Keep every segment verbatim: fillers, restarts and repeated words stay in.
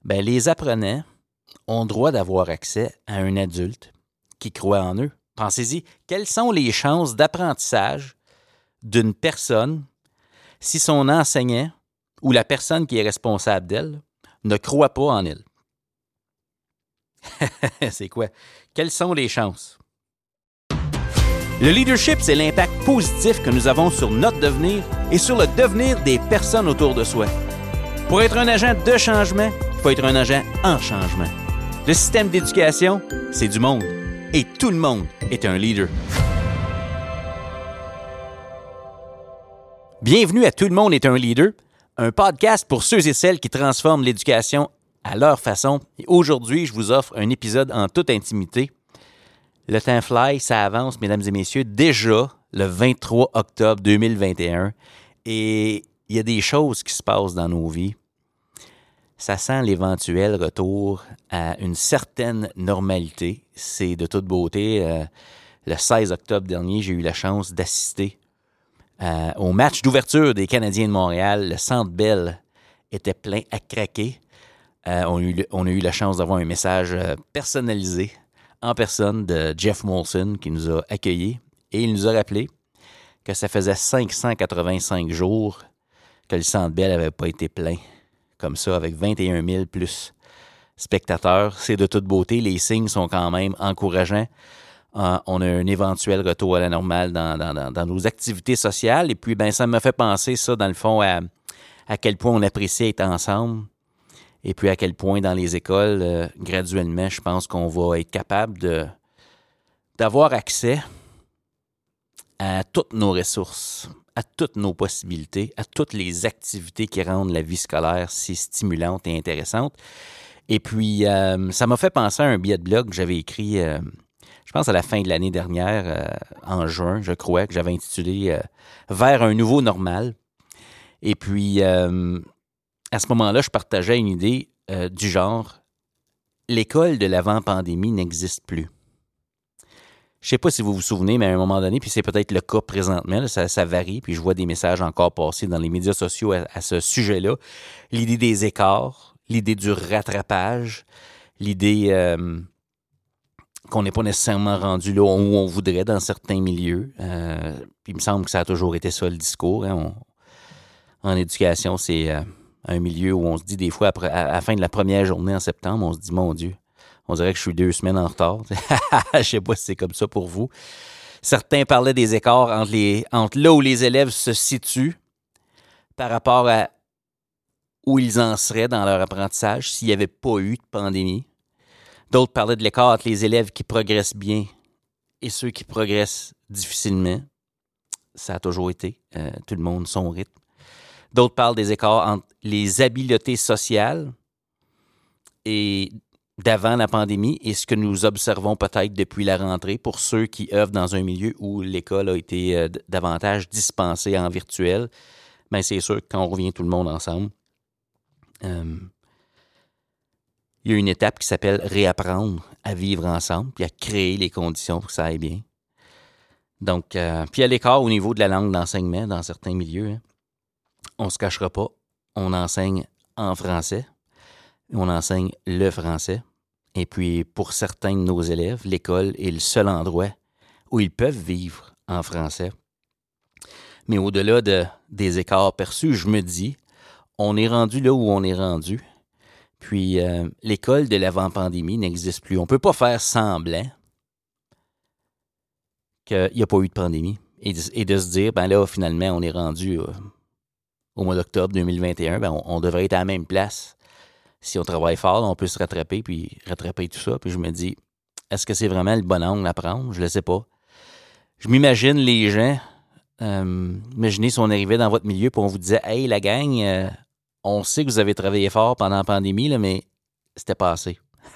Ben, les apprenants ont droit d'avoir accès à un adulte qui croit en eux. Pensez-y, quelles sont les chances d'apprentissage d'une personne si son enseignant ou la personne qui est responsable d'elle ne croit pas en elle? C'est quoi? Quelles sont les chances? Le leadership, c'est l'impact positif que nous avons sur notre devenir et sur le devenir des personnes autour de soi. Pour être un agent de changement, il faut être un agent en changement. Le système d'éducation, c'est du monde. Et tout le monde est un leader. Bienvenue à Tout le monde est un leader, un podcast pour ceux et celles qui transforment l'éducation à leur façon. Et aujourd'hui, je vous offre un épisode en toute intimité. Le temps fly, ça avance, mesdames et messieurs, déjà le vingt-trois octobre deux mille vingt et un. Et il y a des choses qui se passent dans nos vies. Ça sent l'éventuel retour à une certaine normalité. C'est de toute beauté. Euh, le seize octobre dernier, j'ai eu la chance d'assister euh, au match d'ouverture des Canadiens de Montréal. Le Centre Bell était plein à craquer. Euh, on, a eu, on a eu la chance d'avoir un message personnalisé en personne de Jeff Molson qui nous a accueillis. Et il nous a rappelé que ça faisait cinq cent quatre-vingt-cinq jours que le Centre Bell n'avait pas été plein. Comme ça, avec vingt et un mille plus spectateurs. C'est de toute beauté. Les signes sont quand même encourageants. Euh, on a un éventuel retour à la normale dans, dans, dans, dans nos activités sociales. Et puis, ben, ça me fait penser, ça, dans le fond, à, à quel point on apprécie être ensemble. Et puis, à quel point, dans les écoles, euh, graduellement, je pense qu'on va être capable de, d'avoir accès à toutes nos ressources, à toutes nos possibilités, à toutes les activités qui rendent la vie scolaire si stimulante et intéressante. Et puis, euh, ça m'a fait penser à un billet de blog que j'avais écrit, euh, je pense à la fin de l'année dernière, euh, en juin, je crois, que j'avais intitulé euh, « Vers un nouveau normal ». Et puis, euh, à ce moment-là, je partageais une idée euh, du genre « L'école de l'avant-pandémie n'existe plus ». Je ne sais pas si vous vous souvenez, mais à un moment donné, puis c'est peut-être le cas présentement, là, ça, ça varie, puis je vois des messages encore passer dans les médias sociaux à, à ce sujet-là. L'idée des écarts, l'idée du rattrapage, l'idée euh, qu'on n'est pas nécessairement rendu là où on voudrait dans certains milieux. Euh, puis il me semble que ça a toujours été ça le discours. Hein. On, en éducation, c'est euh, un milieu où on se dit des fois, après, à, à la fin de la première journée en septembre, on se dit « Mon Dieu ». On dirait que je suis deux semaines en retard. Je ne sais pas si c'est comme ça pour vous. Certains parlaient des écarts entre, les, entre là où les élèves se situent par rapport à où ils en seraient dans leur apprentissage s'il n'y avait pas eu de pandémie. D'autres parlaient de l'écart entre les élèves qui progressent bien et ceux qui progressent difficilement. Ça a toujours été. Euh, tout le monde son rythme. D'autres parlent des écarts entre les habiletés sociales et d'avant la pandémie et ce que nous observons peut-être depuis la rentrée pour ceux qui œuvrent dans un milieu où l'école a été euh, davantage dispensée en virtuel. Bien, c'est sûr que quand on revient tout le monde ensemble, euh, il y a une étape qui s'appelle réapprendre à vivre ensemble puis à créer les conditions pour que ça aille bien. Donc, euh, puis il y a l'écart au niveau de la langue d'enseignement dans certains milieux. Hein. On ne se cachera pas, on enseigne en français. On enseigne le français. Et puis, pour certains de nos élèves, l'école est le seul endroit où ils peuvent vivre en français. Mais au-delà de, des écarts perçus, je me dis, on est rendu là où on est rendu. Puis, euh, l'école de l'avant-pandémie n'existe plus. On ne peut pas faire semblant qu'il n'y a pas eu de pandémie. Et de, et de se dire, ben là, finalement, on est rendu euh, au mois d'octobre deux mille vingt et un, ben on, on devrait être à la même place. Si on travaille fort, on peut se rattraper, puis rattraper tout ça. Puis je me dis, est-ce que c'est vraiment le bon angle à prendre? Je ne le sais pas. Je m'imagine les gens, euh, imaginez si on arrivait dans votre milieu, puis on vous disait, « Hey, la gang, euh, on sait que vous avez travaillé fort pendant la pandémie, là, mais c'était pas assez. »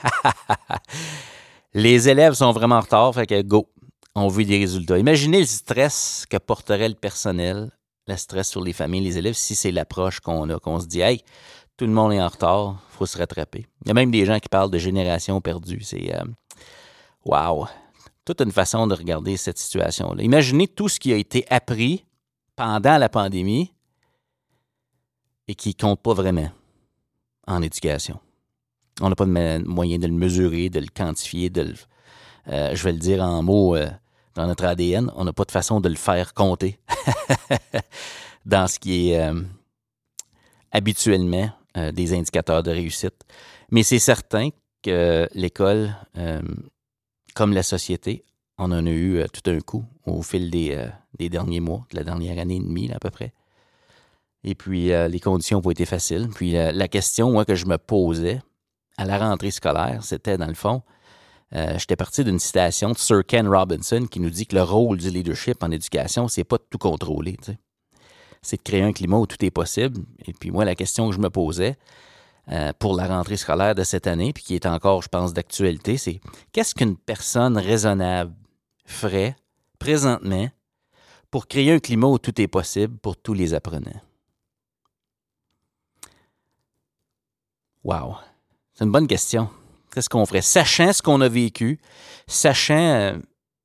Les élèves sont vraiment en retard, fait que go, on veut des résultats. Imaginez le stress que porterait le personnel, le stress sur les familles, les élèves, si c'est l'approche qu'on a, qu'on se dit, « Hey, tout le monde est en retard, il faut se rattraper. » Il y a même des gens qui parlent de génération perdue. C'est euh, wow! Toute une façon de regarder cette situation-là. Imaginez tout ce qui a été appris pendant la pandémie et qui ne compte pas vraiment en éducation. On n'a pas de ma- moyen de le mesurer, de le quantifier, de le, euh, je vais le dire en mots euh, dans notre A D N, on n'a pas de façon de le faire compter dans ce qui est euh, habituellement euh, des indicateurs de réussite. Mais c'est certain que l'école, euh, comme la société, on en a eu euh, tout un coup au fil des, euh, des derniers mois, de la dernière année et demie là, à peu près. Et puis, euh, les conditions n'ont pas été faciles. Puis, euh, la question moi, que je me posais à la rentrée scolaire, c'était, dans le fond, euh, j'étais parti d'une citation de Sir Ken Robinson qui nous dit que le rôle du leadership en éducation, c'est pas de tout contrôler, tu sais. C'est de créer un climat où tout est possible. Et puis, moi, la question que je me posais euh, pour la rentrée scolaire de cette année, puis qui est encore, je pense, d'actualité, c'est qu'est-ce qu'une personne raisonnable ferait présentement pour créer un climat où tout est possible pour tous les apprenants? Wow! C'est une bonne question. Qu'est-ce qu'on ferait? Sachant ce qu'on a vécu, sachant euh,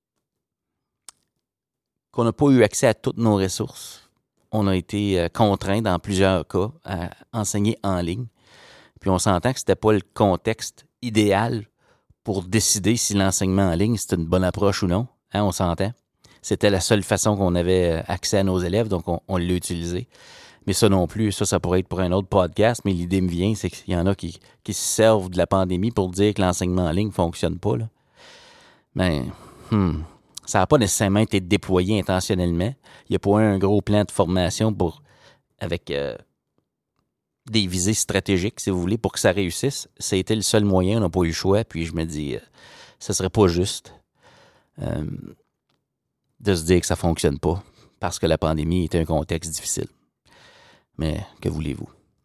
qu'on n'a pas eu accès à toutes nos ressources, on a été euh, contraints dans plusieurs cas à enseigner en ligne. Puis on s'entend que ce n'était pas le contexte idéal pour décider si l'enseignement en ligne, c'était une bonne approche ou non. Hein, on s'entend. C'était la seule façon qu'on avait accès à nos élèves, donc on, on l'a utilisé. Mais ça non plus, ça, ça pourrait être pour un autre podcast, mais l'idée me vient, c'est qu'il y en a qui, qui se servent de la pandémie pour dire que l'enseignement en ligne ne fonctionne pas, là. Mais hmm, ça n'a pas nécessairement été déployé intentionnellement. Il n'y a pas eu un gros plan de formation pour avec euh, des visées stratégiques, si vous voulez, pour que ça réussisse. Ça a été le seul moyen, on n'a pas eu le choix, puis je me dis, euh, ce serait pas juste euh, de se dire que ça ne fonctionne pas, parce que la pandémie était un contexte difficile. Mais que voulez-vous?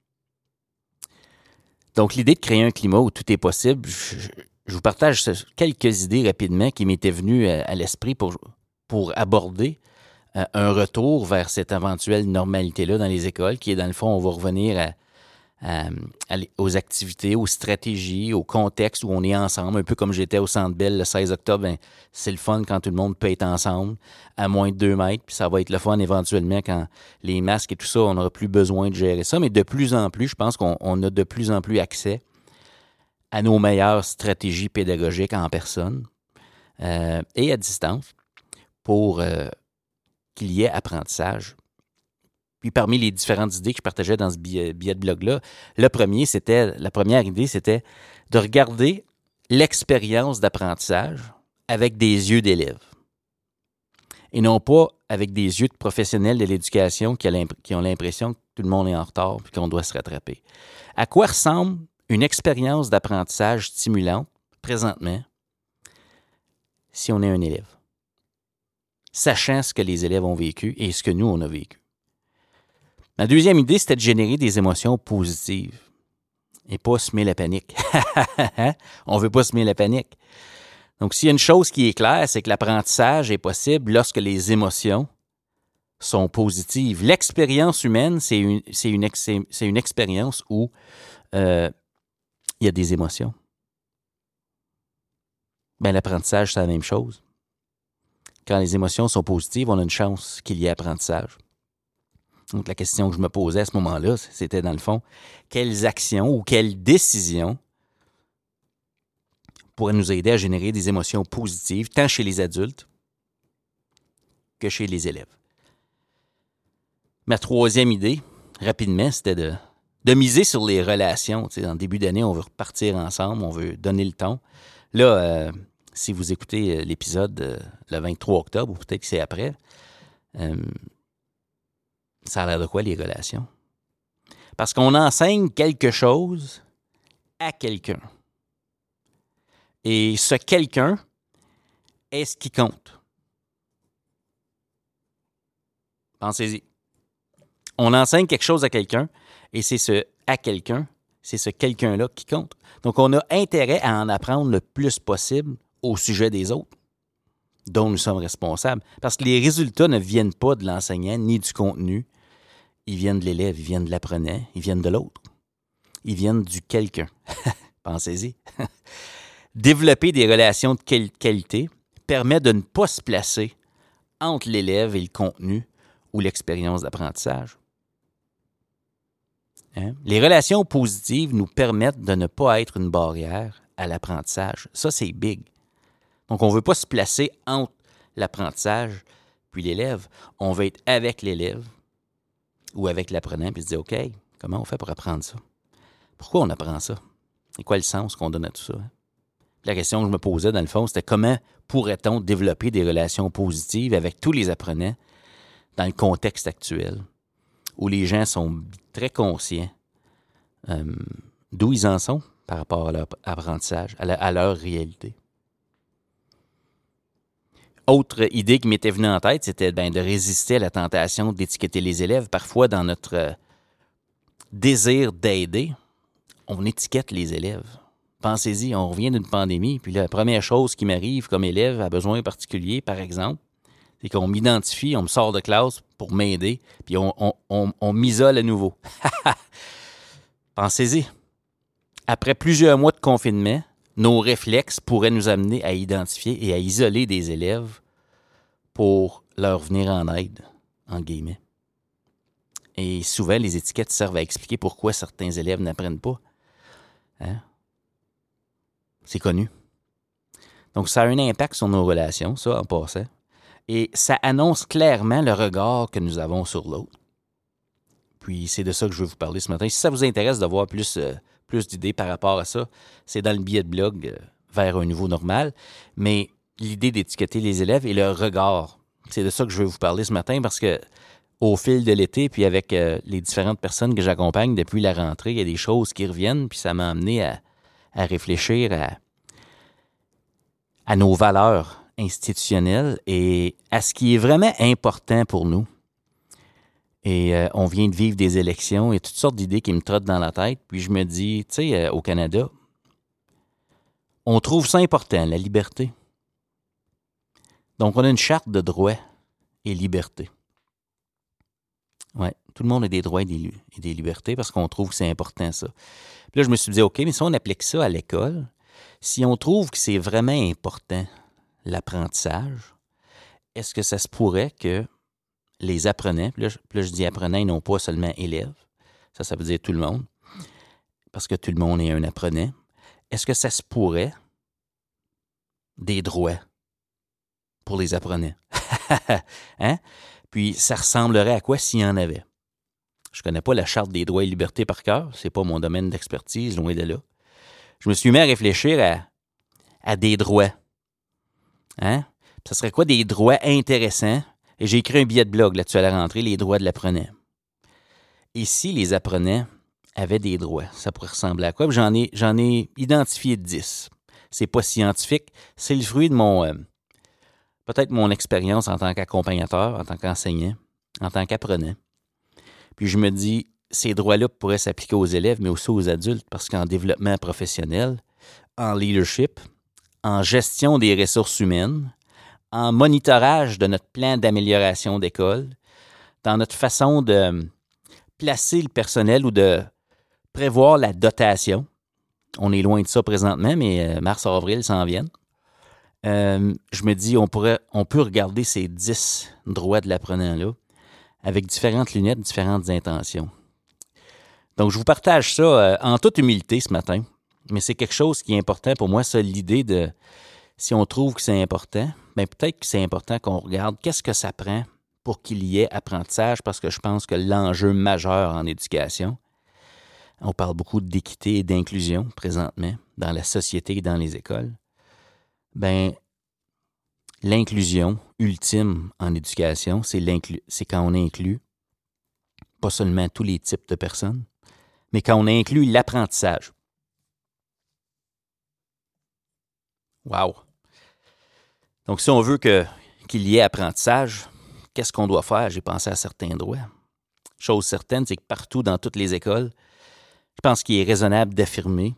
Donc, l'idée de créer un climat où tout est possible, je, je vous partage quelques idées rapidement qui m'étaient venues à, à l'esprit pour, pour aborder euh, un retour vers cette éventuelle normalité-là dans les écoles, qui est, dans le fond, on va revenir à, à, à, aux activités, aux stratégies, au contexte où on est ensemble, un peu comme j'étais au Centre Bell le seize octobre. Ben, c'est le fun quand tout le monde peut être ensemble à moins de deux mètres, puis ça va être le fun éventuellement quand les masques et tout ça, on n'aura plus besoin de gérer ça, mais de plus en plus, je pense qu'on on a de plus en plus accès à nos meilleures stratégies pédagogiques en personne euh, et à distance pour euh, qu'il y ait apprentissage. Puis parmi les différentes idées que je partageais dans ce billet, billet de blog-là, le premier, c'était, la première idée, c'était de regarder l'expérience d'apprentissage avec des yeux d'élèves. Et non pas avec des yeux de professionnels de l'éducation qui, qui ont l'impression que tout le monde est en retard et qu'on doit se rattraper. À quoi ressemble une expérience d'apprentissage stimulante présentement si on est un élève? Sachant ce que les élèves ont vécu et ce que nous, on a vécu. Ma deuxième idée, c'était de générer des émotions positives et pas semer la panique. On ne veut pas semer la panique. Donc, s'il y a une chose qui est claire, c'est que l'apprentissage est possible lorsque les émotions sont positives. L'expérience humaine, c'est une, c'est une, c'est une expérience où euh, il y a des émotions. Ben, l'apprentissage, c'est la même chose. Quand les émotions sont positives, on a une chance qu'il y ait apprentissage. Donc, la question que je me posais à ce moment-là, c'était dans le fond, quelles actions ou quelles décisions pourraient nous aider à générer des émotions positives, tant chez les adultes que chez les élèves. Ma troisième idée, rapidement, c'était de, de miser sur les relations. Tu sais, en début d'année, on veut repartir ensemble, on veut donner le ton. Là, euh, si vous écoutez l'épisode euh, le vingt-trois octobre, ou peut-être que c'est après, euh, ça a l'air de quoi, les relations? Parce qu'on enseigne quelque chose à quelqu'un. Et ce quelqu'un est ce qui compte. Pensez-y. On enseigne quelque chose à quelqu'un et c'est ce à quelqu'un, c'est ce quelqu'un-là qui compte. Donc, on a intérêt à en apprendre le plus possible au sujet des autres, dont nous sommes responsables. Parce que les résultats ne viennent pas de l'enseignant ni du contenu. Ils viennent de l'élève, ils viennent de l'apprenant, ils viennent de l'autre. Ils viennent du quelqu'un. Pensez-y. Développer des relations de quelle qualité permet de ne pas se placer entre l'élève et le contenu ou l'expérience d'apprentissage. Hein? Les relations positives nous permettent de ne pas être une barrière à l'apprentissage. Ça, c'est big. Donc, on ne veut pas se placer entre l'apprentissage puis l'élève. On veut être avec l'élève ou avec l'apprenant puis se dire, OK, comment on fait pour apprendre ça? Pourquoi on apprend ça? Et quoi le sens qu'on donne à tout ça? Hein? La question que je me posais, dans le fond, c'était comment pourrait-on développer des relations positives avec tous les apprenants dans le contexte actuel, où les gens sont très conscients euh, d'où ils en sont par rapport à leur apprentissage, à, la, à leur réalité. Autre idée qui m'était venue en tête, c'était ben, de résister à la tentation d'étiqueter les élèves. Parfois, dans notre euh, désir d'aider, on étiquette les élèves. Pensez-y, on revient d'une pandémie, puis la première chose qui m'arrive comme élève à besoin particulier, par exemple, c'est qu'on m'identifie, on me sort de classe pour m'aider, puis on, on, on, on m'isole à nouveau. Pensez-y. Après plusieurs mois de confinement, nos réflexes pourraient nous amener à identifier et à isoler des élèves pour leur venir en aide, en guillemets. Et souvent, les étiquettes servent à expliquer pourquoi certains élèves n'apprennent pas. Hein? C'est connu. Donc, ça a un impact sur nos relations, ça, en passant. Et ça annonce clairement le regard que nous avons sur l'autre. Puis, c'est de ça que je veux vous parler ce matin. Si ça vous intéresse de voir plus, euh, plus d'idées par rapport à ça, c'est dans le billet de blog euh, vers un niveau normal. Mais l'idée d'étiqueter les élèves et leur regard, c'est de ça que je veux vous parler ce matin parce que au fil de l'été, puis avec euh, les différentes personnes que j'accompagne depuis la rentrée, il y a des choses qui reviennent, puis ça m'a amené à, à réfléchir à, à nos valeurs institutionnelles et à ce qui est vraiment important pour nous. Et euh, on vient de vivre des élections et toutes sortes d'idées qui me trottent dans la tête, puis je me dis, tu sais, euh, au Canada, on trouve ça important, la liberté. Donc, on a une charte de droits et libertés. Oui, tout le monde a des droits et des, et des libertés parce qu'on trouve que c'est important, ça. Puis là, je me suis dit, OK, mais si on applique ça à l'école, si on trouve que c'est vraiment important, l'apprentissage, est-ce que ça se pourrait que les apprenants, puis là, puis là je dis apprenants et non pas seulement élèves, ça, ça veut dire tout le monde, parce que tout le monde est un apprenant, est-ce que ça se pourrait des droits pour les apprenants? Hein? Puis, ça ressemblerait à quoi s'il y en avait? Je ne connais pas la Charte des droits et libertés par cœur. Ce n'est pas mon domaine d'expertise, loin de là. Je me suis mis à réfléchir à, à des droits. Hein? Ça serait quoi des droits intéressants? Et j'ai écrit un billet de blog là-dessus à la rentrée, les droits de l'apprenant. Et si les apprenants avaient des droits, ça pourrait ressembler à quoi? J'en ai, j'en ai identifié dix. C'est pas scientifique. C'est le fruit de mon... Euh, peut-être mon expérience en tant qu'accompagnateur, en tant qu'enseignant, en tant qu'apprenant. Puis je me dis, ces droits-là pourraient s'appliquer aux élèves, mais aussi aux adultes, parce qu'en développement professionnel, en leadership, en gestion des ressources humaines, en monitorage de notre plan d'amélioration d'école, dans notre façon de placer le personnel ou de prévoir la dotation. On est loin de ça présentement, mais mars-avril s'en viennent. Euh, je me dis, on pourrait, on peut regarder ces dix droits de l'apprenant-là avec différentes lunettes, différentes intentions. Donc, je vous partage ça euh, en toute humilité ce matin, mais c'est quelque chose qui est important pour moi, ça, l'idée de, si on trouve que c'est important, bien peut-être que c'est important qu'on regarde qu'est-ce que ça prend pour qu'il y ait apprentissage, parce que je pense que l'enjeu majeur en éducation, on parle beaucoup d'équité et d'inclusion présentement dans la société et dans les écoles, bien, l'inclusion ultime en éducation, c'est, l'inclu- c'est quand on inclut pas seulement tous les types de personnes, mais quand on inclut l'apprentissage. Wow! Donc, si on veut que, qu'il y ait apprentissage, qu'est-ce qu'on doit faire? J'ai pensé à certains droits. Chose certaine, c'est que partout dans toutes les écoles, je pense qu'il est raisonnable d'affirmer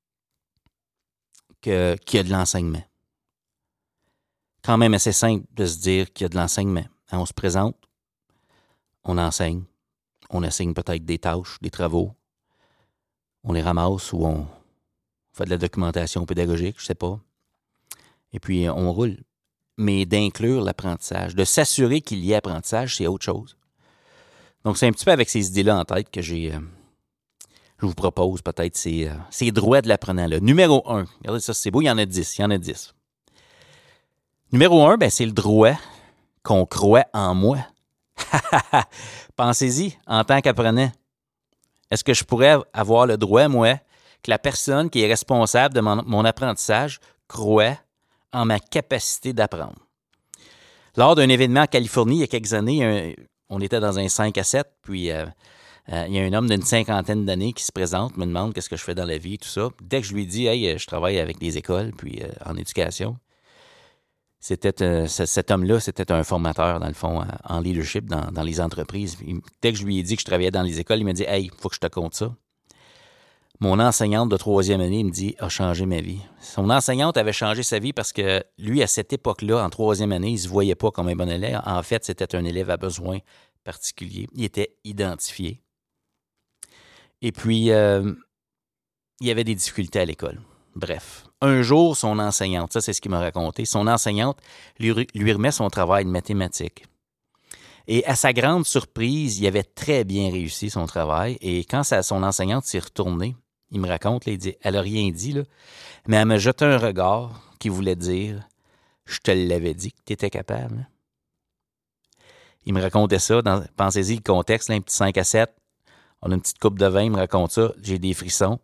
que, qu'il y a de l'enseignement. Quand même assez simple de se dire qu'il y a de l'enseignement. On se présente, on enseigne, on assigne peut-être des tâches, des travaux, on les ramasse ou on fait de la documentation pédagogique, je ne sais pas. Et puis, on roule. Mais d'inclure l'apprentissage, de s'assurer qu'il y ait apprentissage, c'est autre chose. Donc, c'est un petit peu avec ces idées-là en tête que j'ai, euh, je vous propose peut-être ces, euh, ces droits de l'apprenant là. Numéro un, regardez ça, c'est beau, il y en a dix, il y en a dix. Numéro un, ben, c'est le droit qu'on croit en moi. Pensez-y, en tant qu'apprenant. Est-ce que je pourrais avoir le droit, moi, que la personne qui est responsable de mon, mon apprentissage croit en ma capacité d'apprendre? Lors d'un événement en Californie, il y a quelques années, un, on était dans un cinq à sept, puis euh, euh, il y a un homme d'une cinquantaine d'années qui se présente, me demande qu'est-ce que je fais dans la vie, tout ça. Dès que je lui dis, hey, je travaille avec des écoles, puis euh, en éducation, c'était euh, c- cet homme-là, c'était un formateur, dans le fond, en, en leadership dans, dans les entreprises. Il- dès que je lui ai dit que je travaillais dans les écoles, il m'a dit, hey, il faut que je te conte ça. Mon enseignante de troisième année, il me dit, a changé ma vie. Son enseignante avait changé sa vie parce que lui, à cette époque-là, en troisième année, il ne se voyait pas comme un bon élève. En fait, c'était un élève à besoins particuliers. Il était identifié. Et puis, euh, il y avait des difficultés à l'école. Bref, un jour, son enseignante, ça c'est ce qu'il m'a raconté, son enseignante lui, re- lui remet son travail de mathématiques. Et à sa grande surprise, il avait très bien réussi son travail. Et quand sa- son enseignante s'est retournée, il me raconte, là, il dit, elle n'a rien dit, là, mais elle m'a jeté un regard qui voulait dire, je te l'avais dit que tu étais capable. hein. Il me racontait ça, dans, pensez-y le contexte, là, un petit cinq à sept, on a une petite coupe de vin, il me raconte ça, j'ai des frissons.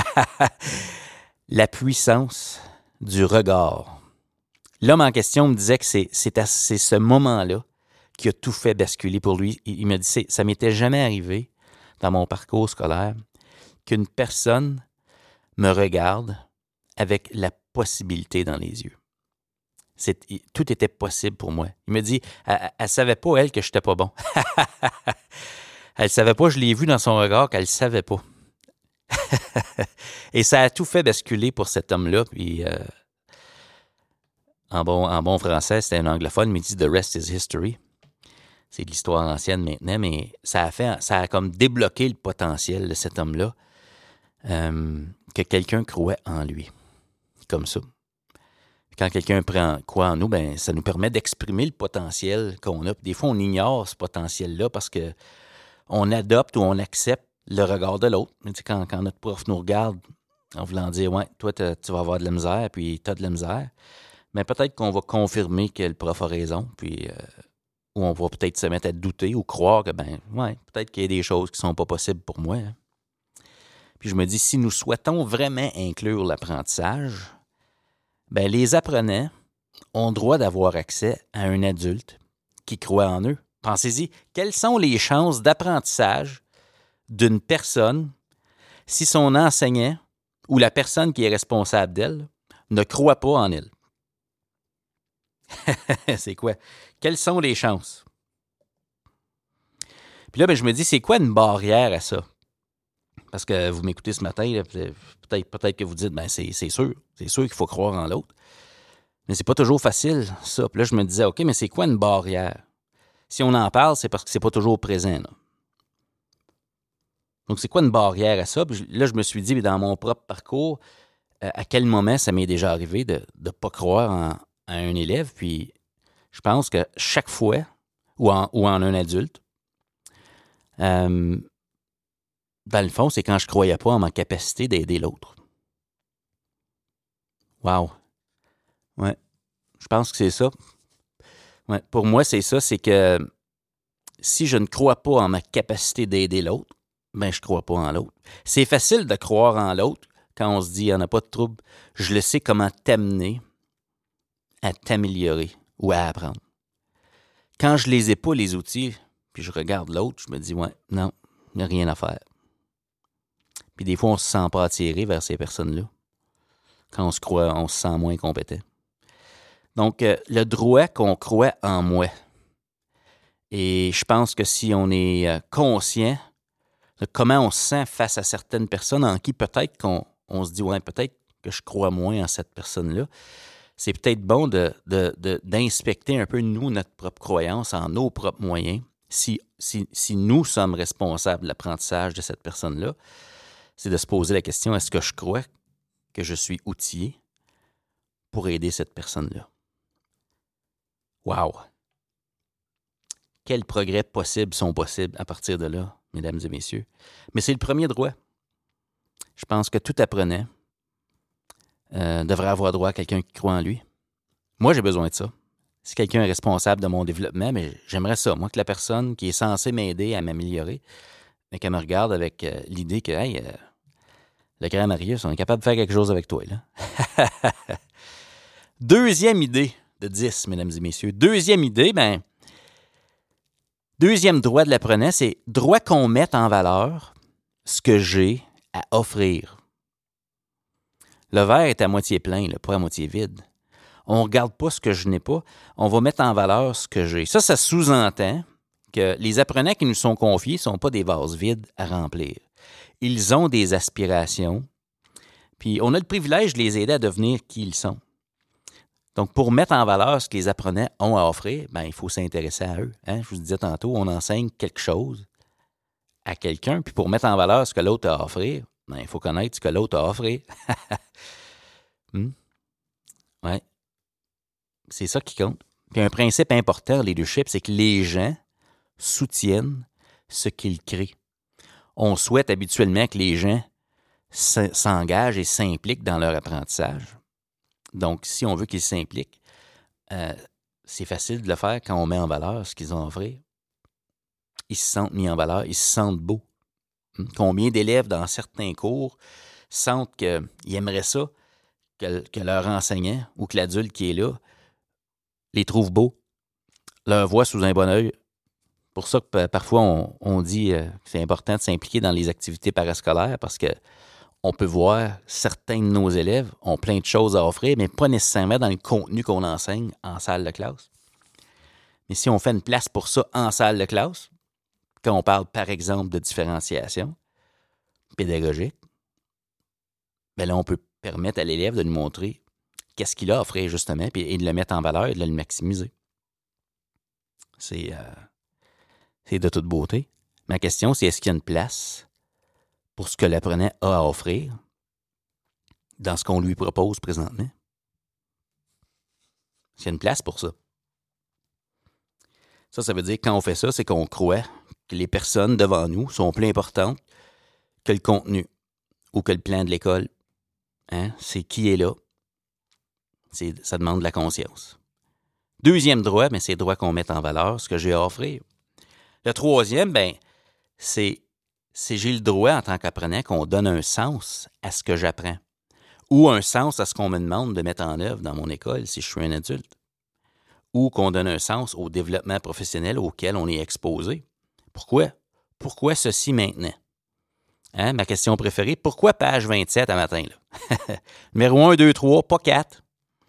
La puissance du regard. L'homme en question me disait que c'est, c'est, à, c'est ce moment-là qui a tout fait basculer pour lui. Il, il me dit, c'est, ça m'était jamais arrivé dans mon parcours scolaire qu'une personne me regarde avec la possibilité dans les yeux. C'est, tout était possible pour moi. Il me dit, elle ne savait pas, elle, que je n'étais pas bon. Elle ne savait pas, je l'ai vu dans son regard qu'elle ne savait pas. Et ça a tout fait basculer pour cet homme-là. Puis, euh, en, bon, en bon français, c'était un anglophone, mais il dit « The rest is history ». C'est de l'histoire ancienne maintenant, mais ça a fait, ça a comme débloqué le potentiel de cet homme-là, euh, que quelqu'un croit en lui. Comme ça. Quand quelqu'un prend, croit en nous, ben, ça nous permet d'exprimer le potentiel qu'on a. Puis des fois, on ignore ce potentiel-là parce que on adopte ou on accepte le regard de l'autre. Tu sais, quand, quand notre prof nous regarde en voulant dire « Ouais, toi, tu vas avoir de la misère, puis tu as de la misère », mais peut-être qu'on va confirmer que le prof a raison, puis euh, ou on va peut-être se mettre à douter ou croire que, ben, ouais, peut-être qu'il y a des choses qui ne sont pas possibles pour moi. hein. Puis je me dis, si nous souhaitons vraiment inclure l'apprentissage, ben, les apprenants ont droit d'avoir accès à un adulte qui croit en eux. Pensez-y, quelles sont les chances d'apprentissage d'une personne si son enseignant ou la personne qui est responsable d'elle ne croit pas en elle? C'est quoi? Quelles sont les chances? Puis là, ben, je me dis, c'est quoi une barrière à ça? Parce que vous m'écoutez ce matin, là, peut-être, peut-être que vous dites, ben c'est, c'est sûr, c'est sûr qu'il faut croire en l'autre. Mais c'est pas toujours facile, ça. Puis là, je me disais, OK, mais c'est quoi une barrière? Si on en parle, c'est parce que c'est pas toujours présent. Là. Donc, c'est quoi une barrière à ça? Puis là, je me suis dit, dans mon propre parcours, euh, à quel moment ça m'est déjà arrivé de ne pas croire en, en un élève? Puis, je pense que chaque fois, ou en, ou en un adulte, euh, dans le fond, c'est quand je ne croyais pas en ma capacité d'aider l'autre. Wow! Ouais. Je pense que c'est ça. Ouais. Pour moi, c'est ça, c'est que si je ne crois pas en ma capacité d'aider l'autre, ben je ne crois pas en l'autre. C'est facile de croire en l'autre quand on se dit, il n'y en a pas de trouble. Je le sais comment t'amener à t'améliorer ou à apprendre. Quand je ne les ai pas, les outils, puis je regarde l'autre, je me dis, ouais, non, il n'y a rien à faire. Puis des fois, on ne se sent pas attiré vers ces personnes-là. Quand on se croit, on se sent moins compétent. Donc, euh, le droit qu'on croit en moi. Et je pense que si on est euh, conscient de comment on se sent face à certaines personnes en qui peut-être qu'on on se dit, ouais, peut-être que je crois moins en cette personne-là, c'est peut-être bon de, de, de, d'inspecter un peu, nous, notre propre croyance en nos propres moyens. Si, si, si nous sommes responsables de l'apprentissage de cette personne-là, c'est de se poser la question, est-ce que je crois que je suis outillé pour aider cette personne-là? Wow! Quels progrès possibles sont possibles à partir de là, mesdames et messieurs? Mais c'est le premier droit. Je pense que tout apprenant euh, devrait avoir droit à quelqu'un qui croit en lui. Moi, j'ai besoin de ça. Si quelqu'un est responsable de mon développement, mais j'aimerais ça. Moi, que la personne qui est censée m'aider à m'améliorer, mais qu'elle me regarde avec euh, l'idée que, hey, euh, le grand Marius, on est capable de faire quelque chose avec toi, là. Deuxième idée de dix, mesdames et messieurs. Deuxième idée, ben, deuxième droit de l'apprenant, c'est droit qu'on mette en valeur ce que j'ai à offrir. Le verre est à moitié plein, là, pas à moitié vide. On ne regarde pas ce que je n'ai pas, on va mettre en valeur ce que j'ai. Ça, ça sous-entend que les apprenants qui nous sont confiés ne sont pas des vases vides à remplir. Ils ont des aspirations, puis on a le privilège de les aider à devenir qui ils sont. Donc, pour mettre en valeur ce que les apprenants ont à offrir, ben, il faut s'intéresser à eux. Hein? Je vous disais tantôt, on enseigne quelque chose à quelqu'un, puis pour mettre en valeur ce que l'autre a à offrir, ben, il faut connaître ce que l'autre a à offrir. hmm? Ouais. C'est ça qui compte. Puis un principe important en leadership, c'est que les gens soutiennent ce qu'ils créent. On souhaite habituellement que les gens s'engagent et s'impliquent dans leur apprentissage. Donc, si on veut qu'ils s'impliquent, euh, c'est facile de le faire quand on met en valeur ce qu'ils ont à offrir. Ils se sentent mis en valeur, ils se sentent beaux. Combien d'élèves dans certains cours sentent qu'ils aimeraient ça, que, que leur enseignant ou que l'adulte qui est là les trouve beaux, leur voit sous un bon œil. Pour ça que parfois on, on dit euh, que c'est important de s'impliquer dans les activités parascolaires parce que on peut voir certains de nos élèves ont plein de choses à offrir, mais pas nécessairement dans le contenu qu'on enseigne en salle de classe. Mais si on fait une place pour ça en salle de classe, quand on parle par exemple de différenciation pédagogique, bien là on peut permettre à l'élève de nous montrer qu'est-ce qu'il a à offrir justement puis, et de le mettre en valeur et de le maximiser. C'est, euh, c'est de toute beauté. Ma question, c'est est-ce qu'il y a une place pour ce que l'apprenant a à offrir dans ce qu'on lui propose présentement? Est-ce qu'il y a une place pour ça? Ça, ça veut dire que quand on fait ça, c'est qu'on croit que les personnes devant nous sont plus importantes que le contenu ou que le plan de l'école. Hein? C'est qui est là. C'est, ça demande de la conscience. Deuxième droit, ben, c'est le droit qu'on mette en valeur ce que j'ai à offrir. Le troisième, ben, c'est, c'est j'ai le droit en tant qu'apprenant qu'on donne un sens à ce que j'apprends ou un sens à ce qu'on me demande de mettre en œuvre dans mon école si je suis un adulte ou qu'on donne un sens au développement professionnel auquel on est exposé. Pourquoi? Pourquoi ceci maintenant? Hein, ma question préférée, pourquoi page vingt-sept à matin? Là? Numéro un, deux, trois, pas quatre.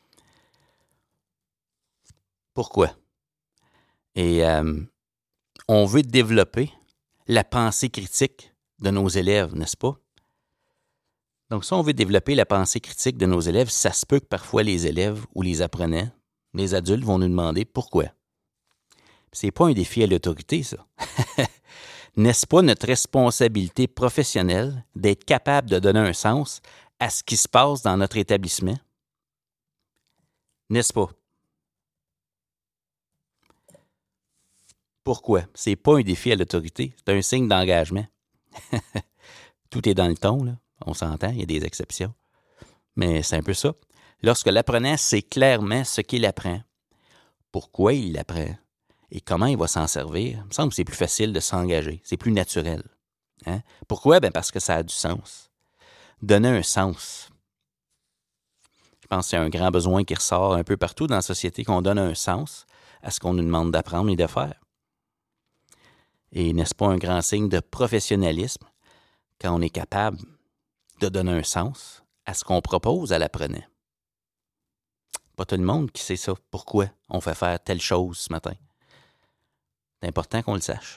Pourquoi? Et euh, on veut développer la pensée critique de nos élèves, n'est-ce pas? Donc, si on veut développer la pensée critique de nos élèves, ça se peut que parfois les élèves ou les apprenants, les adultes vont nous demander pourquoi. C'est pas un défi à l'autorité, ça. N'est-ce pas notre responsabilité professionnelle d'être capable de donner un sens à ce qui se passe dans notre établissement? N'est-ce pas? Pourquoi? C'est pas un défi à l'autorité, c'est un signe d'engagement. Tout est dans le ton, là. On s'entend, il y a des exceptions. Mais c'est un peu ça. Lorsque l'apprenant sait clairement ce qu'il apprend, pourquoi il l'apprend et comment il va s'en servir, il me semble que c'est plus facile de s'engager, c'est plus naturel. Hein? Pourquoi? Ben parce que ça a du sens. Donner un sens. Je pense que c'est un grand besoin qui ressort un peu partout dans la société, qu'on donne un sens à ce qu'on nous demande d'apprendre et de faire. Et n'est-ce pas un grand signe de professionnalisme quand on est capable de donner un sens à ce qu'on propose à l'apprenant? Pas tout le monde qui sait ça. Pourquoi on fait faire telle chose ce matin? C'est important qu'on le sache.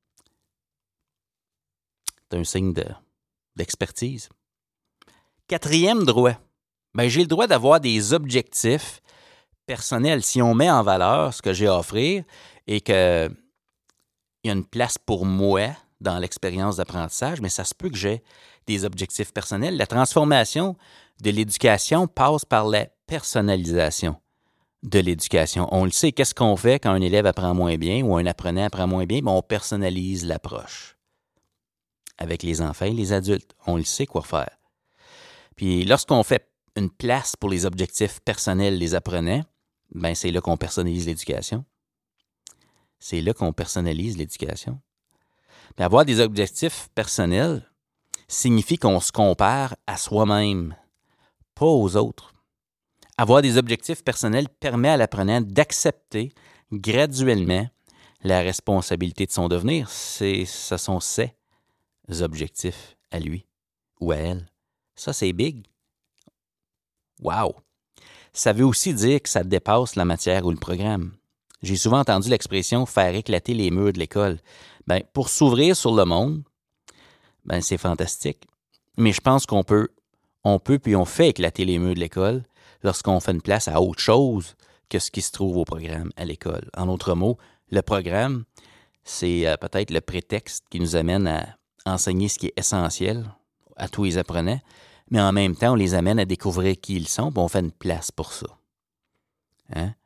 C'est un signe de, d'expertise. Quatrième droit. Ben, j'ai le droit d'avoir des objectifs personnels. Si on met en valeur ce que j'ai à offrir et que il y a une place pour moi dans l'expérience d'apprentissage, mais ça se peut que j'ai des objectifs personnels. La transformation de l'éducation passe par la personnalisation de l'éducation. On le sait, qu'est-ce qu'on fait quand un élève apprend moins bien ou un apprenant apprend moins bien? Bien, on personnalise l'approche. avec les enfants et les adultes. On le sait quoi faire. Puis lorsqu'on fait une place pour les objectifs personnels des apprenants, ben c'est là qu'on personnalise l'éducation. C'est là qu'on personnalise l'éducation. Puis avoir des objectifs personnels signifie qu'on se compare à soi-même, pas aux autres. Avoir des objectifs personnels permet à l'apprenant d'accepter graduellement la responsabilité de son devenir. C'est, ce sont ses objectifs à lui ou à elle. Ça, c'est big. Wow! Ça veut aussi dire que ça dépasse la matière ou le programme. J'ai souvent entendu l'expression « faire éclater les murs de l'école ». Ben, pour s'ouvrir sur le monde, ben, c'est fantastique. Mais je pense qu'on peut, on peut puis on fait éclater les murs de l'école lorsqu'on fait une place à autre chose que ce qui se trouve au programme à l'école. En d'autres mots, le programme, c'est euh, peut-être le prétexte qui nous amène à enseigner ce qui est essentiel à tous les apprenants, mais en même temps, on les amène à découvrir qui ils sont, puis on fait une place pour ça. Hein?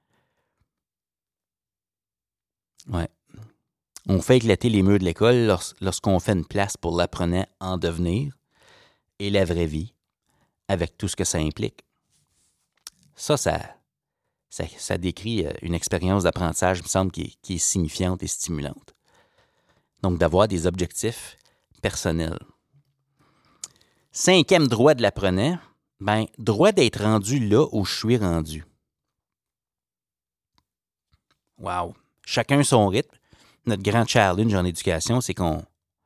Ouais. On fait éclater les murs de l'école lors, lorsqu'on fait une place pour l'apprenant en devenir et la vraie vie, avec tout ce que ça implique. Ça, ça, ça, ça décrit une expérience d'apprentissage, il me semble, qui est, qui est signifiante et stimulante. Donc, d'avoir des objectifs personnels. Cinquième droit de l'apprenant, ben, droit d'être rendu là où je suis rendu. Wow! Chacun son rythme. Notre grand challenge en éducation, c'est qu'on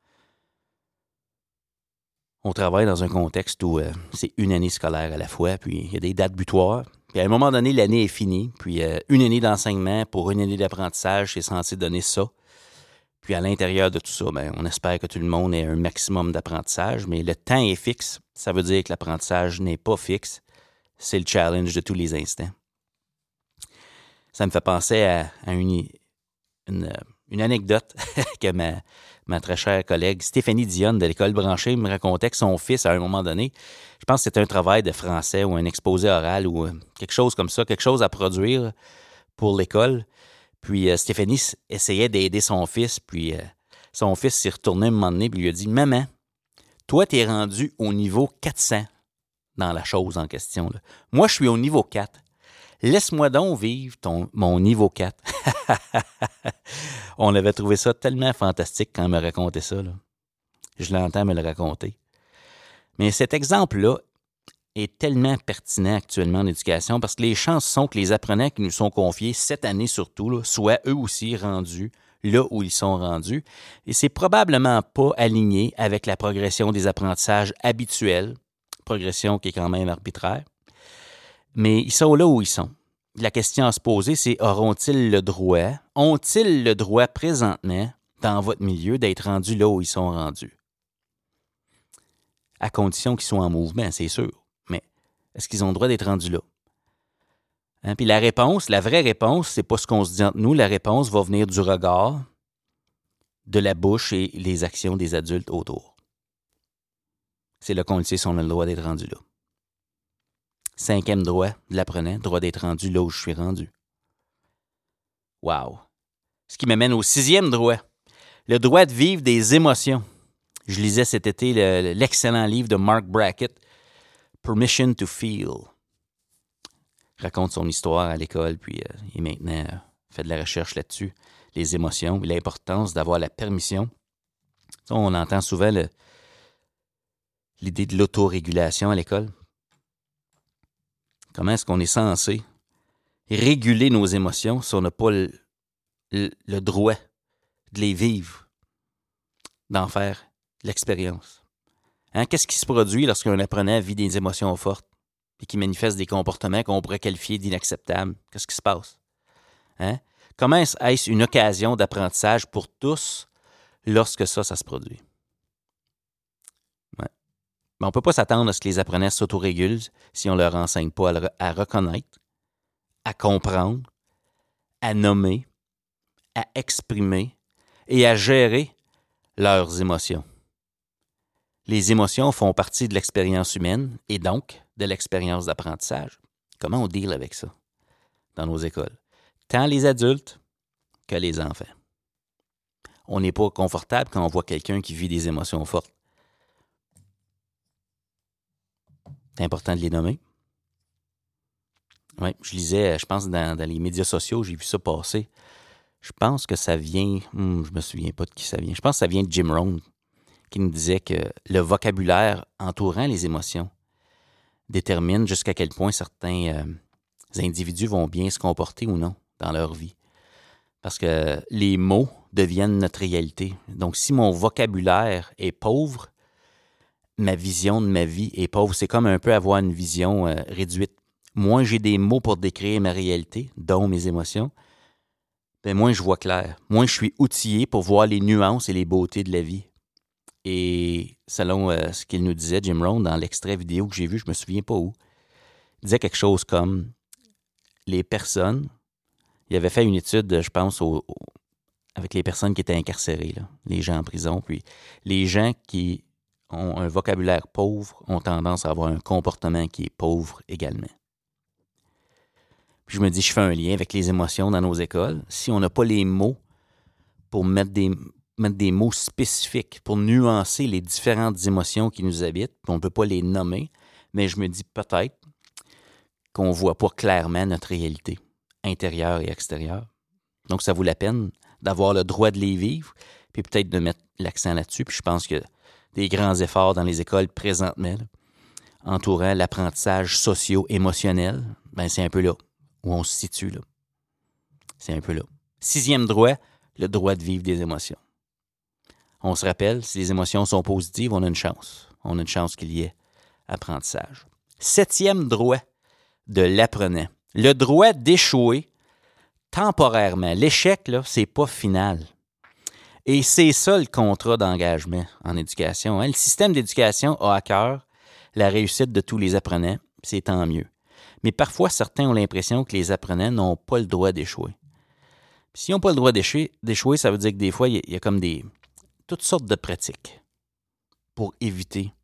on travaille dans un contexte où euh, c'est une année scolaire à la fois, puis il y a des dates butoirs. Puis à un moment donné, l'année est finie, puis euh, une année d'enseignement pour une année d'apprentissage, c'est censé donner ça. Puis à l'intérieur de tout ça, ben, on espère que tout le monde ait un maximum d'apprentissage, mais le temps est fixe. Ça veut dire que l'apprentissage n'est pas fixe. C'est le challenge de tous les instants. Ça me fait penser à, à une, une, une anecdote que ma, ma très chère collègue Stéphanie Dionne de l'École branchée me racontait que son fils, à un moment donné, je pense que c'était un travail de français ou un exposé oral ou quelque chose comme ça, quelque chose à produire pour l'école. Puis euh, Stéphanie essayait d'aider son fils, puis euh, son fils s'est retourné un moment donné et lui a dit « Maman, toi, t'es rendu au niveau quatre cents dans la chose en question. Là. Moi, je suis au niveau quatre. Laisse-moi donc vivre ton, mon niveau quatre. » On avait trouvé ça tellement fantastique quand elle me racontait ça. Là. Je l'entends me le raconter. Mais cet exemple-là est tellement pertinent actuellement en éducation parce que les chances sont que les apprenants qui nous sont confiés cette année surtout là, soient eux aussi rendus là où ils sont rendus. Et c'est probablement pas aligné avec la progression des apprentissages habituels, progression qui est quand même arbitraire. Mais ils sont là où ils sont. La question à se poser, c'est auront-ils le droit, ont-ils le droit présentement dans votre milieu d'être rendus là où ils sont rendus? À condition qu'ils soient en mouvement, c'est sûr. Mais est-ce qu'ils ont le droit d'être rendus là? Hein? Puis la réponse, la vraie réponse, c'est pas ce qu'on se dit entre nous. La réponse va venir du regard, de la bouche et les actions des adultes autour. C'est là qu'on le sait si on a le droit d'être rendu là. Cinquième droit de l'apprenant, droit d'être rendu là où je suis rendu. Wow! Ce qui m'amène au sixième droit, le droit de vivre des émotions. Je lisais cet été le, l'excellent livre de Mark Brackett, Permission to Feel. Il raconte son histoire à l'école, puis euh, il maintenant euh, fait de la recherche là-dessus, les émotions, et l'importance d'avoir la permission. Ça, on entend souvent le, l'idée de l'autorégulation à l'école. Comment est-ce qu'on est censé réguler nos émotions si on n'a pas le, le, le droit de les vivre, d'en faire l'expérience? Hein? Qu'est-ce qui se produit lorsqu'un apprenant vit des émotions fortes et qui manifeste des comportements qu'on pourrait qualifier d'inacceptables? Qu'est-ce qui se passe? Hein? Comment est-ce une occasion d'apprentissage pour tous lorsque ça, ça se produit? Ouais. Mais on ne peut pas s'attendre à ce que les apprenants s'autorégulent si on ne leur enseigne pas à, le, à reconnaître, à comprendre, à nommer, à exprimer et à gérer leurs émotions. Les émotions font partie de l'expérience humaine et donc de l'expérience d'apprentissage. Comment on deal avec ça dans nos écoles? Tant les adultes que les enfants. On n'est pas confortable quand on voit quelqu'un qui vit des émotions fortes. C'est important de les nommer. Oui, je lisais, je pense, dans, dans les médias sociaux, j'ai vu ça passer. Je pense que ça vient, hmm, je me souviens pas de qui ça vient. Je pense que ça vient de Jim Rohn, qui nous disait que le vocabulaire entourant les émotions détermine jusqu'à quel point certains euh, individus vont bien se comporter ou non dans leur vie. Parce que les mots deviennent notre réalité. Donc, si mon vocabulaire est pauvre, ma vision de ma vie est pauvre. C'est comme un peu avoir une vision euh, réduite. Moins j'ai des mots pour décrire ma réalité, dont mes émotions, bien moins je vois clair. Moins je suis outillé pour voir les nuances et les beautés de la vie. Et selon euh, ce qu'il nous disait, Jim Rohn, dans l'extrait vidéo que j'ai vu, je me souviens pas où, il disait quelque chose comme les personnes, il avait fait une étude, je pense, au, au, avec les personnes qui étaient incarcérées, là, les gens en prison, puis les gens qui ont un vocabulaire pauvre ont tendance à avoir un comportement qui est pauvre également. Puis je me dis, je fais un lien avec les émotions dans nos écoles. Si on n'a pas les mots pour mettre des, mettre des mots spécifiques, pour nuancer les différentes émotions qui nous habitent, on ne peut pas les nommer, mais je me dis peut-être qu'on ne voit pas clairement notre réalité, intérieure et extérieure. Donc, ça vaut la peine d'avoir le droit de les vivre, puis peut-être de mettre l'accent là-dessus. Puis je pense que des grands efforts dans les écoles présentement, là, entourant l'apprentissage socio-émotionnel, ben c'est un peu là où on se situe, là. C'est un peu là. Sixième droit, le droit de vivre des émotions. On se rappelle, si les émotions sont positives, on a une chance. On a une chance qu'il y ait apprentissage. Septième droit de l'apprenant. Le droit d'échouer temporairement. L'échec, là, c'est pas final. Et c'est ça le contrat d'engagement en éducation. Hein? Le système d'éducation a à cœur la réussite de tous les apprenants, c'est tant mieux. Mais parfois, certains ont l'impression que les apprenants n'ont pas le droit d'échouer. Puis, s'ils n'ont pas le droit d'échouer, d'échouer, ça veut dire que des fois, il y, a, il y a comme des toutes sortes de pratiques pour éviter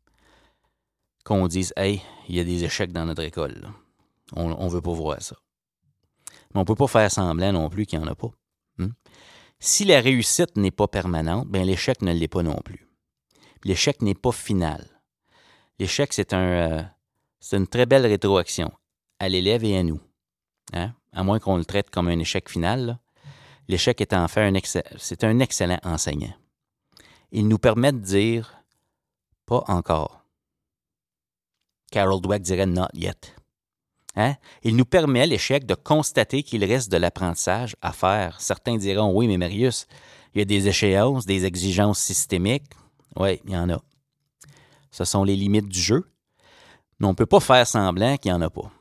qu'on dise « Hey, il y a des échecs dans notre école. Là. On ne veut pas voir ça. » Mais on ne peut pas faire semblant non plus qu'il n'y en a pas. Hum? Si la réussite n'est pas permanente, bien l'échec ne l'est pas non plus. L'échec n'est pas final. L'échec, c'est, un, euh, c'est une très belle rétroaction à l'élève et à nous. Hein? À moins qu'on le traite comme un échec final, là. L'échec est en fait un, ex- c'est un excellent enseignant. Il nous permet de dire « pas encore ». Carol Dweck dirait « not yet ». Hein? Il nous permet, l'échec, de constater qu'il reste de l'apprentissage à faire. Certains diront « oui, mais Marius, il y a des échéances, des exigences systémiques. » Oui, il y en a. Ce sont les limites du jeu. Mais on ne peut pas faire semblant qu'il n'y en a pas.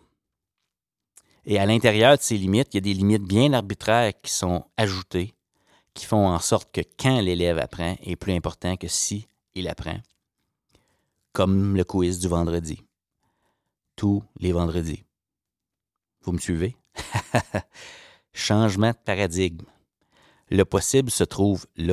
Et à l'intérieur de ces limites, il y a des limites bien arbitraires qui sont ajoutées, qui font en sorte que quand l'élève apprend est plus important que si il apprend. Comme le quiz du vendredi. Tous les vendredis. Vous me suivez? Changement de paradigme. Le possible se trouve là.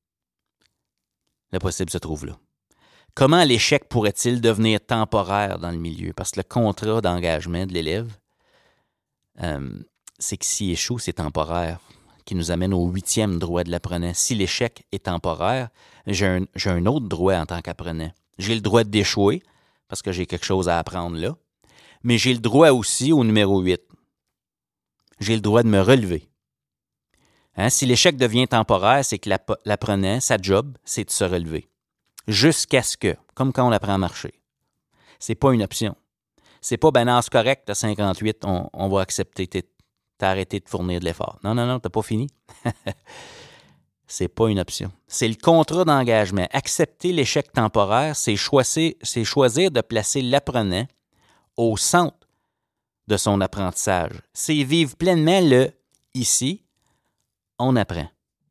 Le possible se trouve là. Comment l'échec pourrait-il devenir temporaire dans le milieu? Parce que le contrat d'engagement de l'élève, euh, c'est que s'il échoue, c'est temporaire, qui nous amène au huitième droit de l'apprenant. Si l'échec est temporaire, j'ai un, j'ai un autre droit en tant qu'apprenant. J'ai le droit d'échouer, parce que j'ai quelque chose à apprendre là, mais j'ai le droit aussi au numéro huit. J'ai le droit de me relever. Hein? Si l'échec devient temporaire, c'est que l'apprenant, sa job, c'est de se relever. Jusqu'à ce que, comme quand on apprend à marcher. C'est pas une option. C'est pas, ben non, c'est correct, t'as cinquante-huit, on, on va accepter, t'as arrêté de fournir de l'effort. Non, non, non, t'as pas fini. C'est pas une option. C'est le contrat d'engagement. Accepter l'échec temporaire, c'est choisir, c'est choisir de placer l'apprenant au centre de son apprentissage. C'est vivre pleinement le « ici, on apprend ».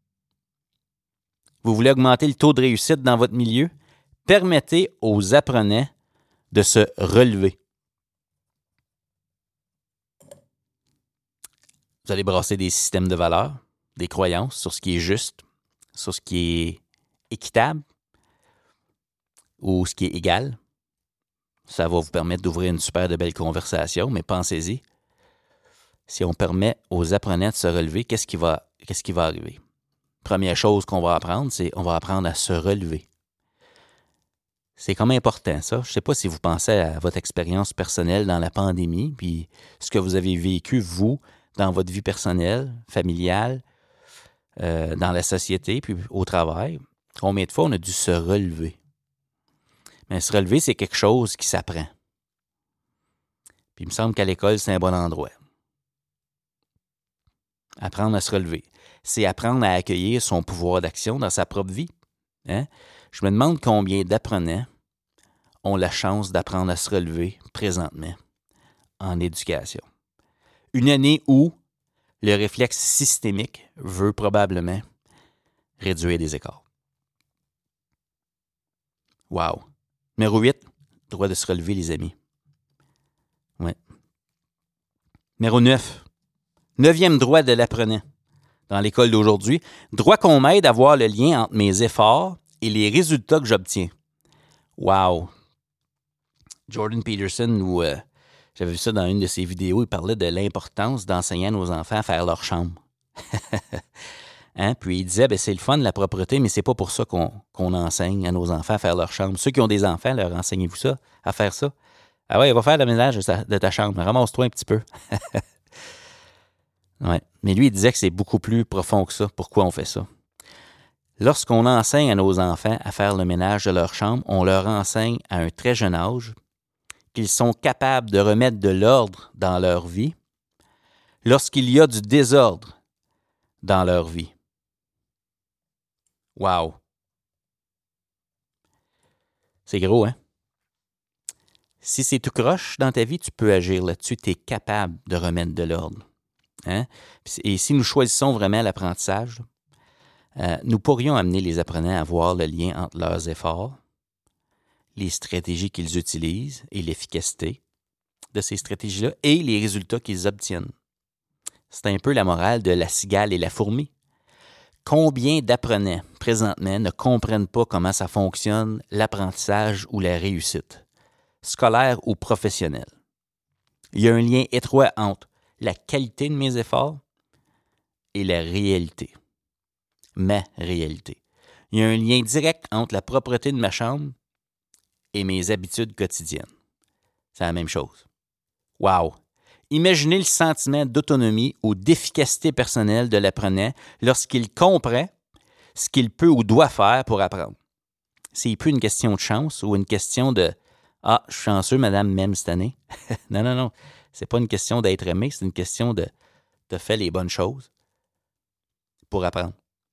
Vous voulez augmenter le taux de réussite dans votre milieu? Permettez aux apprenants de se relever. Vous allez brasser des systèmes de valeurs, des croyances sur ce qui est juste, sur ce qui est équitable ou ce qui est égal. Ça va vous permettre d'ouvrir une super de belle conversation, mais pensez-y. Si on permet aux apprenants de se relever, qu'est-ce qui va, qu'est-ce qui va arriver? Première chose qu'on va apprendre, c'est qu'on va apprendre à se relever. C'est comme important, ça. Je ne sais pas si vous pensez à votre expérience personnelle dans la pandémie, puis ce que vous avez vécu, vous, dans votre vie personnelle, familiale, euh, dans la société, puis au travail. Combien de fois on a dû se relever? Mais se relever, c'est quelque chose qui s'apprend. Puis il me semble qu'à l'école, c'est un bon endroit. Apprendre à se relever. C'est apprendre à accueillir son pouvoir d'action dans sa propre vie. Hein? Je me demande combien d'apprenants ont la chance d'apprendre à se relever présentement en éducation. Une année où le réflexe systémique veut probablement réduire des écarts. Wow! Numéro huit, droit de se relever, les amis. Ouais. Numéro neuf, neuvième droit de l'apprenant dans l'école d'aujourd'hui, droit qu'on m'aide à voir le lien entre mes efforts et les résultats que j'obtiens. Wow! Jordan Peterson, où, euh, j'avais vu ça dans une de ses vidéos, il parlait de l'importance d'enseigner à nos enfants à faire leur chambre. Hein? Puis il disait, ben, c'est le fun, la propreté, mais c'est pas pour ça qu'on, qu'on enseigne à nos enfants à faire leur chambre. Ceux qui ont des enfants, leur enseignez-vous ça, à faire ça. Ah ouais, va faire le ménage de ta, de ta chambre, ramasse-toi un petit peu. Ouais. Mais lui, il disait que c'est beaucoup plus profond que ça. Pourquoi on fait ça? Lorsqu'on enseigne à nos enfants à faire le ménage de leur chambre, on leur enseigne à un très jeune âge qu'ils sont capables de remettre de l'ordre dans leur vie lorsqu'il y a du désordre dans leur vie. Wow! C'est gros, hein? Si c'est tout croche dans ta vie, tu peux agir là-dessus. Tu es capable de remettre de l'ordre. Hein? Et si nous choisissons vraiment l'apprentissage, euh, nous pourrions amener les apprenants à voir le lien entre leurs efforts, les stratégies qu'ils utilisent et l'efficacité de ces stratégies-là et les résultats qu'ils obtiennent. C'est un peu la morale de la cigale et la fourmi. Combien d'apprenants, présentement, ne comprennent pas comment ça fonctionne, l'apprentissage ou la réussite, scolaire ou professionnelle? Il y a un lien étroit entre la qualité de mes efforts et la réalité, ma réalité. Il y a un lien direct entre la propreté de ma chambre et mes habitudes quotidiennes. C'est la même chose. Wow! Imaginez le sentiment d'autonomie ou d'efficacité personnelle de l'apprenant lorsqu'il comprend ce qu'il peut ou doit faire pour apprendre. C'est plus une question de chance ou une question de « Ah, je suis chanceux, madame m'aime cette année. » Non, non, non. C'est pas une question d'être aimé, c'est une question de « de faire les bonnes choses pour apprendre. »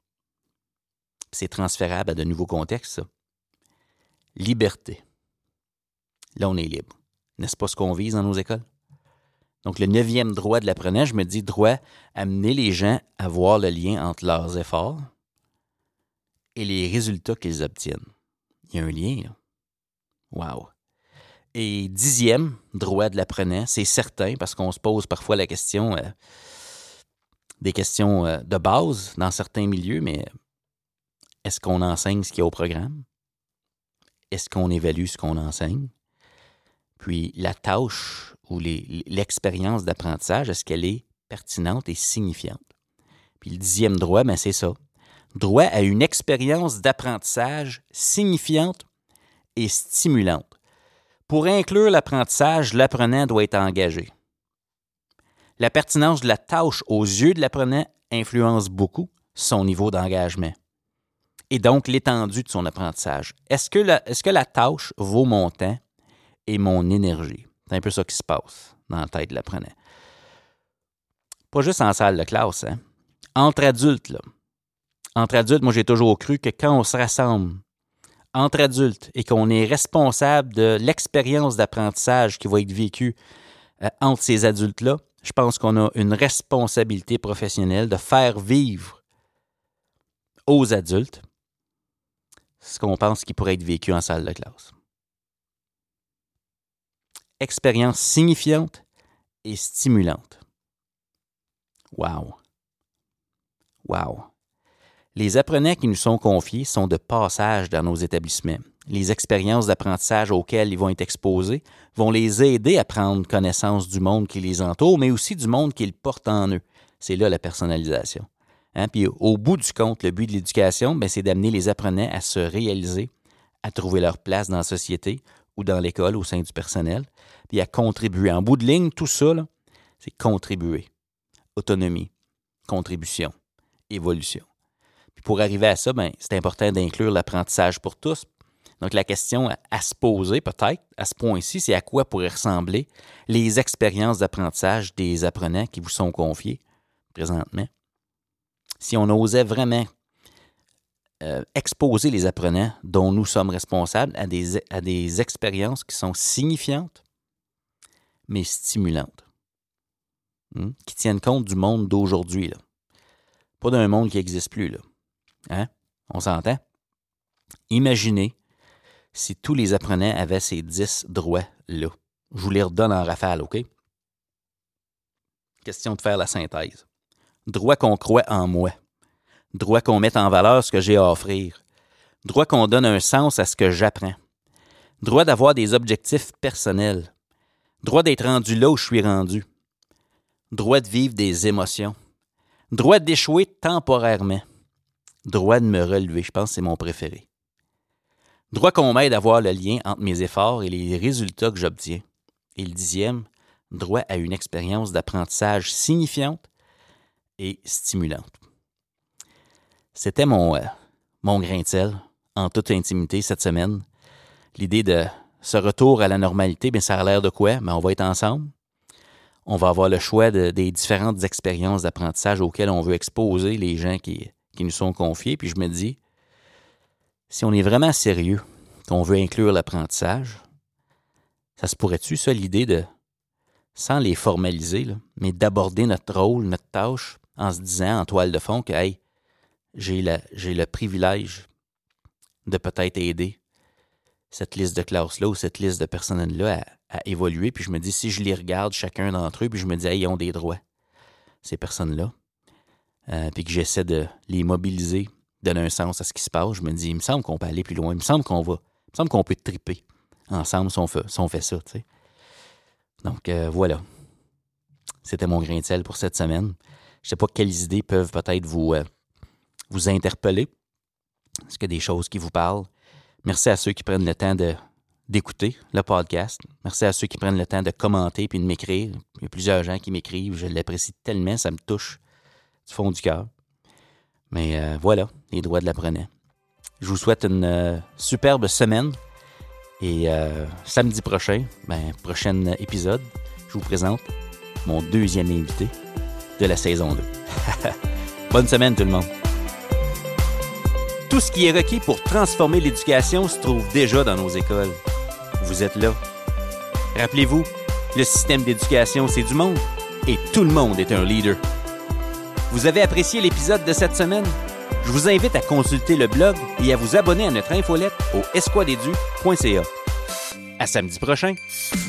C'est transférable à de nouveaux contextes, ça. Liberté. Là, on est libre. N'est-ce pas ce qu'on vise dans nos écoles? Donc, le neuvième droit de l'apprenant, je me dis droit amener les gens à voir le lien entre leurs efforts et les résultats qu'ils obtiennent. Il y a un lien, là. Wow! Et dixième droit de l'apprenant, c'est certain, parce qu'on se pose parfois la question, euh, des questions euh, de base dans certains milieux, mais est-ce qu'on enseigne ce qu'il y a au programme? Est-ce qu'on évalue ce qu'on enseigne? Puis la tâche ou les, l'expérience d'apprentissage, est-ce qu'elle est pertinente et signifiante? Puis le dixième droit, ben c'est ça. Droit à une expérience d'apprentissage signifiante et stimulante. Pour inclure l'apprentissage, l'apprenant doit être engagé. La pertinence de la tâche aux yeux de l'apprenant influence beaucoup son niveau d'engagement et donc l'étendue de son apprentissage. Est-ce que la, est-ce que la tâche vaut mon temps et mon énergie? C'est un peu ça qui se passe dans la tête de l'apprenant. Pas juste en salle de classe, hein? Entre adultes, là. Entre adultes, moi j'ai toujours cru que quand on se rassemble entre adultes et qu'on est responsable de l'expérience d'apprentissage qui va être vécue euh, entre ces adultes-là, je pense qu'on a une responsabilité professionnelle de faire vivre aux adultes ce qu'on pense qui pourrait être vécu en salle de classe. Expérience signifiante et stimulante. Wow! Wow! Les apprenants qui nous sont confiés sont de passage dans nos établissements. Les expériences d'apprentissage auxquelles ils vont être exposés vont les aider à prendre connaissance du monde qui les entoure, mais aussi du monde qu'ils portent en eux. C'est là la personnalisation. Hein? Puis au bout du compte, le but de l'éducation, bien, c'est d'amener les apprenants à se réaliser, à trouver leur place dans la société ou dans l'école au sein du personnel, puis à contribuer. En bout de ligne, tout ça, là, c'est contribuer. Autonomie, contribution, évolution. Puis pour arriver à ça, ben, c'est important d'inclure l'apprentissage pour tous. Donc la question à, à se poser, peut-être, à ce point-ci, c'est à quoi pourraient ressembler les expériences d'apprentissage des apprenants qui vous sont confiées présentement. Si on osait vraiment euh, exposer les apprenants dont nous sommes responsables à des, à des expériences qui sont signifiantes, mais stimulantes, hein, qui tiennent compte du monde d'aujourd'hui, là. Pas d'un monde qui n'existe plus, là. Hein? On s'entend? Imaginez si tous les apprenants avaient ces dix droits-là. Je vous les redonne en rafale, OK? Question de faire la synthèse. Droit qu'on croit en moi. Droit qu'on mette en valeur ce que j'ai à offrir. Droit qu'on donne un sens à ce que j'apprends. Droit d'avoir des objectifs personnels. Droit d'être rendu là où je suis rendu. Droit de vivre des émotions. Droit d'échouer temporairement. Droit de me relever, je pense que c'est mon préféré. Droit qu'on m'aide à voir le lien entre mes efforts et les résultats que j'obtiens. Et le dixième, droit à une expérience d'apprentissage signifiante et stimulante. C'était mon, euh, mon grain de sel, en toute intimité, cette semaine. L'idée de ce retour à la normalité, bien, ça a l'air de quoi? Bien, on va être ensemble. On va avoir le choix de, des différentes expériences d'apprentissage auxquelles on veut exposer les gens qui, qui nous sont confiés. Puis je me dis, si on est vraiment sérieux, qu'on veut inclure l'apprentissage, ça se pourrait-tu, ça, l'idée de, sans les formaliser, là, mais d'aborder notre rôle, notre tâche, en se disant en toile de fond que, hey, j'ai, la, j'ai le privilège de peut-être aider cette liste de classes-là ou cette liste de personnels-là à, à évoluer. Puis je me dis, si je les regarde chacun d'entre eux, puis je me dis, hey, ils ont des droits, ces personnes-là, euh, puis que j'essaie de les mobiliser, donner un sens à ce qui se passe, je me dis, il me semble qu'on peut aller plus loin, il me semble qu'on va, il me semble qu'on peut triper ensemble si on fait, si on fait ça, tu sais. Donc, euh, voilà. C'était mon grain de sel pour cette semaine. Je ne sais pas quelles idées peuvent peut-être vous, euh, vous interpeller. Est-ce qu'il y a des choses qui vous parlent? Merci à ceux qui prennent le temps de, d'écouter le podcast. Merci à ceux qui prennent le temps de commenter puis de m'écrire. Il y a plusieurs gens qui m'écrivent. Je l'apprécie tellement, ça me touche du fond du cœur. Mais euh, voilà, les droits de l'apprenant. Je vous souhaite une euh, superbe semaine. Et euh, samedi prochain, ben, prochain épisode, je vous présente mon deuxième invité de la saison deux. Bonne semaine tout le monde! Tout ce qui est requis pour transformer l'éducation se trouve déjà dans nos écoles. Vous êtes là. Rappelez-vous, le système d'éducation, c'est du monde et tout le monde est un leader. Vous avez apprécié l'épisode de cette semaine? Je vous invite à consulter le blog et à vous abonner à notre infolette au esquadedu point c a. À samedi prochain!